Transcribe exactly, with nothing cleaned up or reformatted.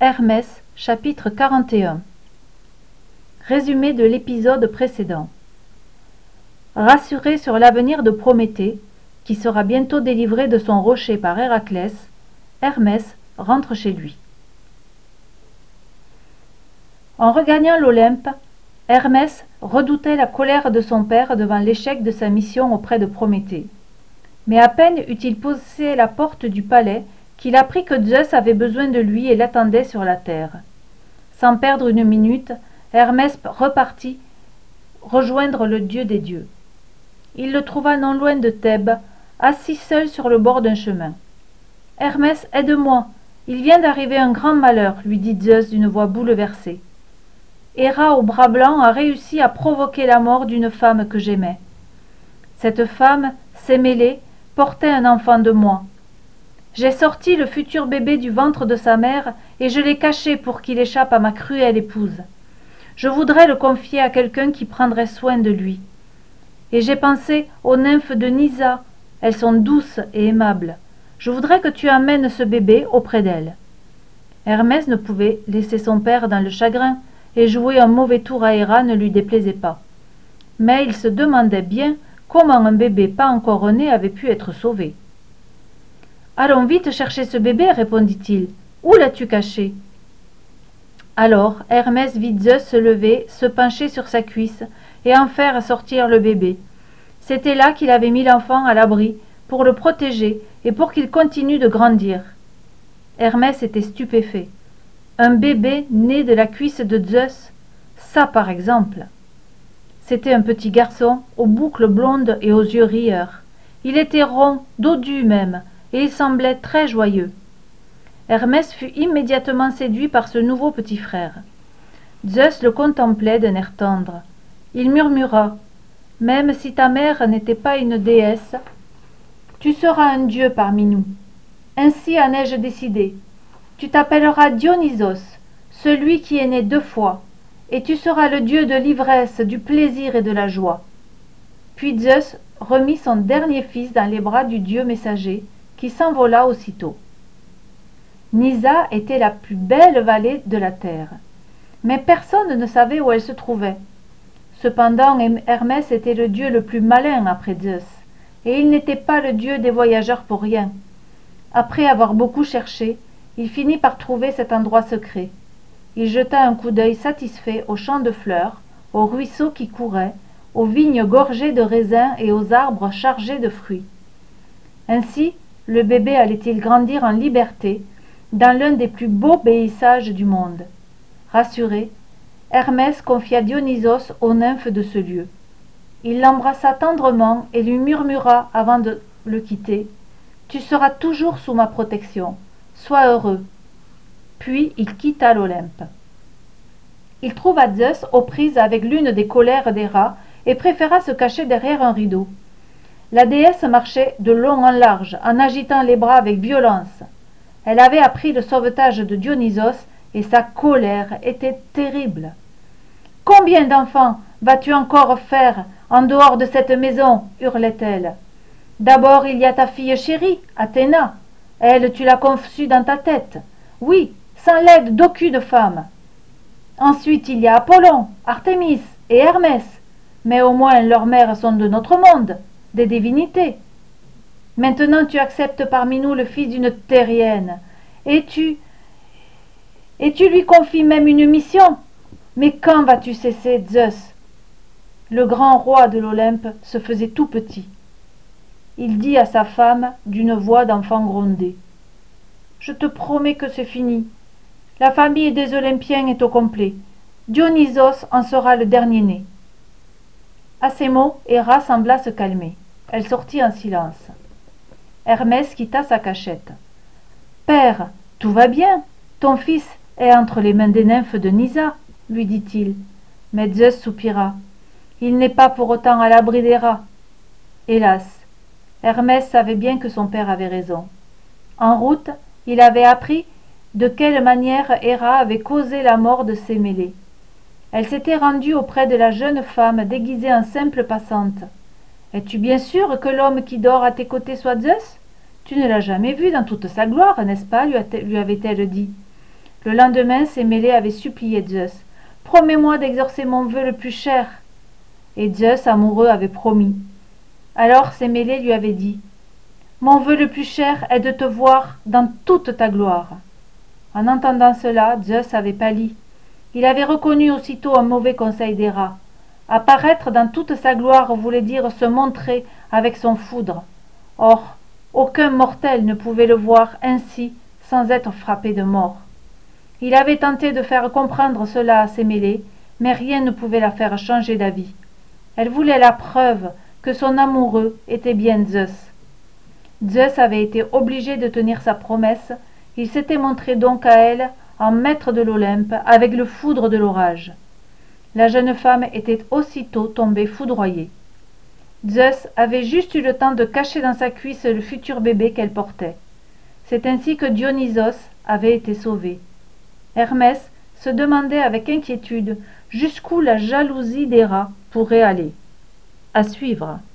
Hermès, chapitre quarante et un. Résumé de l'épisode précédent. Rassuré sur l'avenir de Prométhée, qui sera bientôt délivré de son rocher par Héraclès, Hermès rentre chez lui. En regagnant l'Olympe, Hermès redoutait la colère de son père devant l'échec de sa mission auprès de Prométhée. Mais à peine eut-il poussé la porte du palais qu'il apprit que Zeus avait besoin de lui et l'attendait sur la terre. Sans perdre une minute, Hermès repartit rejoindre le dieu des dieux. Il le trouva non loin de Thèbes, assis seul sur le bord d'un chemin. « Hermès, aide-moi, il vient d'arriver un grand malheur, lui dit Zeus d'une voix bouleversée. Héra au bras blanc a réussi à provoquer la mort d'une femme que j'aimais. Cette femme, Sémélé, portait un enfant de moi. J'ai sorti le futur bébé du ventre de sa mère et je l'ai caché pour qu'il échappe à ma cruelle épouse. Je voudrais le confier à quelqu'un qui prendrait soin de lui. Et j'ai pensé aux nymphes de Nysa, elles sont douces et aimables. Je voudrais que tu amènes ce bébé auprès d'elles. » Hermès ne pouvait laisser son père dans le chagrin, et jouer un mauvais tour à Héra ne lui déplaisait pas. Mais il se demandait bien comment un bébé pas encore né avait pu être sauvé. « Allons vite chercher ce bébé, répondit-il. Où l'as-tu caché ?» Alors Hermès vit Zeus se lever, se pencher sur sa cuisse, et en faire sortir le bébé. C'était là qu'il avait mis l'enfant à l'abri, pour le protéger et pour qu'il continue de grandir. Hermès était stupéfait. Un bébé né de la cuisse de Zeus, ça par exemple. C'était un petit garçon, aux boucles blondes et aux yeux rieurs. Il était rond, dodu même, et il semblait très joyeux. Hermès fut immédiatement séduit par ce nouveau petit frère. Zeus le contemplait d'un air tendre. Il murmura « Même si ta mère n'était pas une déesse, tu seras un dieu parmi nous. Ainsi en ai-je décidé. Tu t'appelleras Dionysos, celui qui est né deux fois, et tu seras le dieu de l'ivresse, du plaisir et de la joie. » Puis Zeus remit son dernier fils dans les bras du dieu messager, qui s'envola aussitôt. Nysa était la plus belle vallée de la terre, mais personne ne savait où elle se trouvait. Cependant, Hermès était le dieu le plus malin après Zeus, et il n'était pas le dieu des voyageurs pour rien. Après avoir beaucoup cherché, il finit par trouver cet endroit secret. Il jeta un coup d'œil satisfait aux champs de fleurs, aux ruisseaux qui couraient, aux vignes gorgées de raisins et aux arbres chargés de fruits. Ainsi, le bébé allait-il grandir en liberté, dans l'un des plus beaux paysages du monde. Rassuré, Hermès confia Dionysos aux nymphes de ce lieu. Il l'embrassa tendrement et lui murmura avant de le quitter « Tu seras toujours sous ma protection, sois heureux. » Puis il quitta l'Olympe. Il trouva Zeus aux prises avec l'une des colères d'Héra et préféra se cacher derrière un rideau. La déesse marchait de long en large, en agitant les bras avec violence. Elle avait appris le sauvetage de Dionysos et sa colère était terrible. « Combien d'enfants vas-tu encore faire en dehors de cette maison ?» hurlait-elle. « D'abord il y a ta fille chérie, Athéna. Elle, tu l'as conçue dans ta tête. Oui, sans l'aide d'aucune femme. Ensuite il y a Apollon, Artémis et Hermès. Mais au moins leurs mères sont de notre monde, des divinités. Maintenant tu acceptes parmi nous le fils d'une terrienne, et tu... et tu lui confies même une mission. Mais quand vas-tu cesser, Zeus ?» Le grand roi de l'Olympe se faisait tout petit. Il dit à sa femme d'une voix d'enfant grondé « Je te promets que c'est fini. La famille des Olympiens est au complet. Dionysos en sera le dernier-né. » À ces mots, Héra sembla se calmer. Elle sortit en silence. Hermès quitta sa cachette. « Père, tout va bien. Ton fils est entre les mains des nymphes de Nysa, lui dit-il. Mais Zeus soupira. Il n'est pas pour autant à l'abri d'Héra. Hélas, Hermès savait bien que son père avait raison. En route, il avait appris de quelle manière Héra avait causé la mort de Sémélé. Elle s'était rendue auprès de la jeune femme déguisée en simple passante. « Es-tu bien sûr que l'homme qui dort à tes côtés soit Zeus ? Tu ne l'as jamais vu dans toute sa gloire, n'est-ce pas ?» lui avait-elle dit. Le lendemain, Sémélé avait supplié Zeus. « Promets-moi d'exaucer mon vœu le plus cher !» Et Zeus, amoureux, avait promis. Alors Sémélé lui avait dit « Mon vœu le plus cher est de te voir dans toute ta gloire. » En entendant cela, Zeus avait pâli. Il avait reconnu aussitôt un mauvais conseil d'Héra. Apparaître dans toute sa gloire voulait dire se montrer avec son foudre. Or, aucun mortel ne pouvait le voir ainsi sans être frappé de mort. Il avait tenté de faire comprendre cela à Sémélé, mais rien ne pouvait la faire changer d'avis. Elle voulait la preuve que son amoureux était bien Zeus. Zeus avait été obligé de tenir sa promesse, il s'était montré donc à elle en maître de l'Olympe avec le foudre de l'orage. La jeune femme était aussitôt tombée foudroyée. Zeus avait juste eu le temps de cacher dans sa cuisse le futur bébé qu'elle portait. C'est ainsi que Dionysos avait été sauvé. Hermès se demandait avec inquiétude jusqu'où la jalousie d'Héra pourrait aller. À suivre.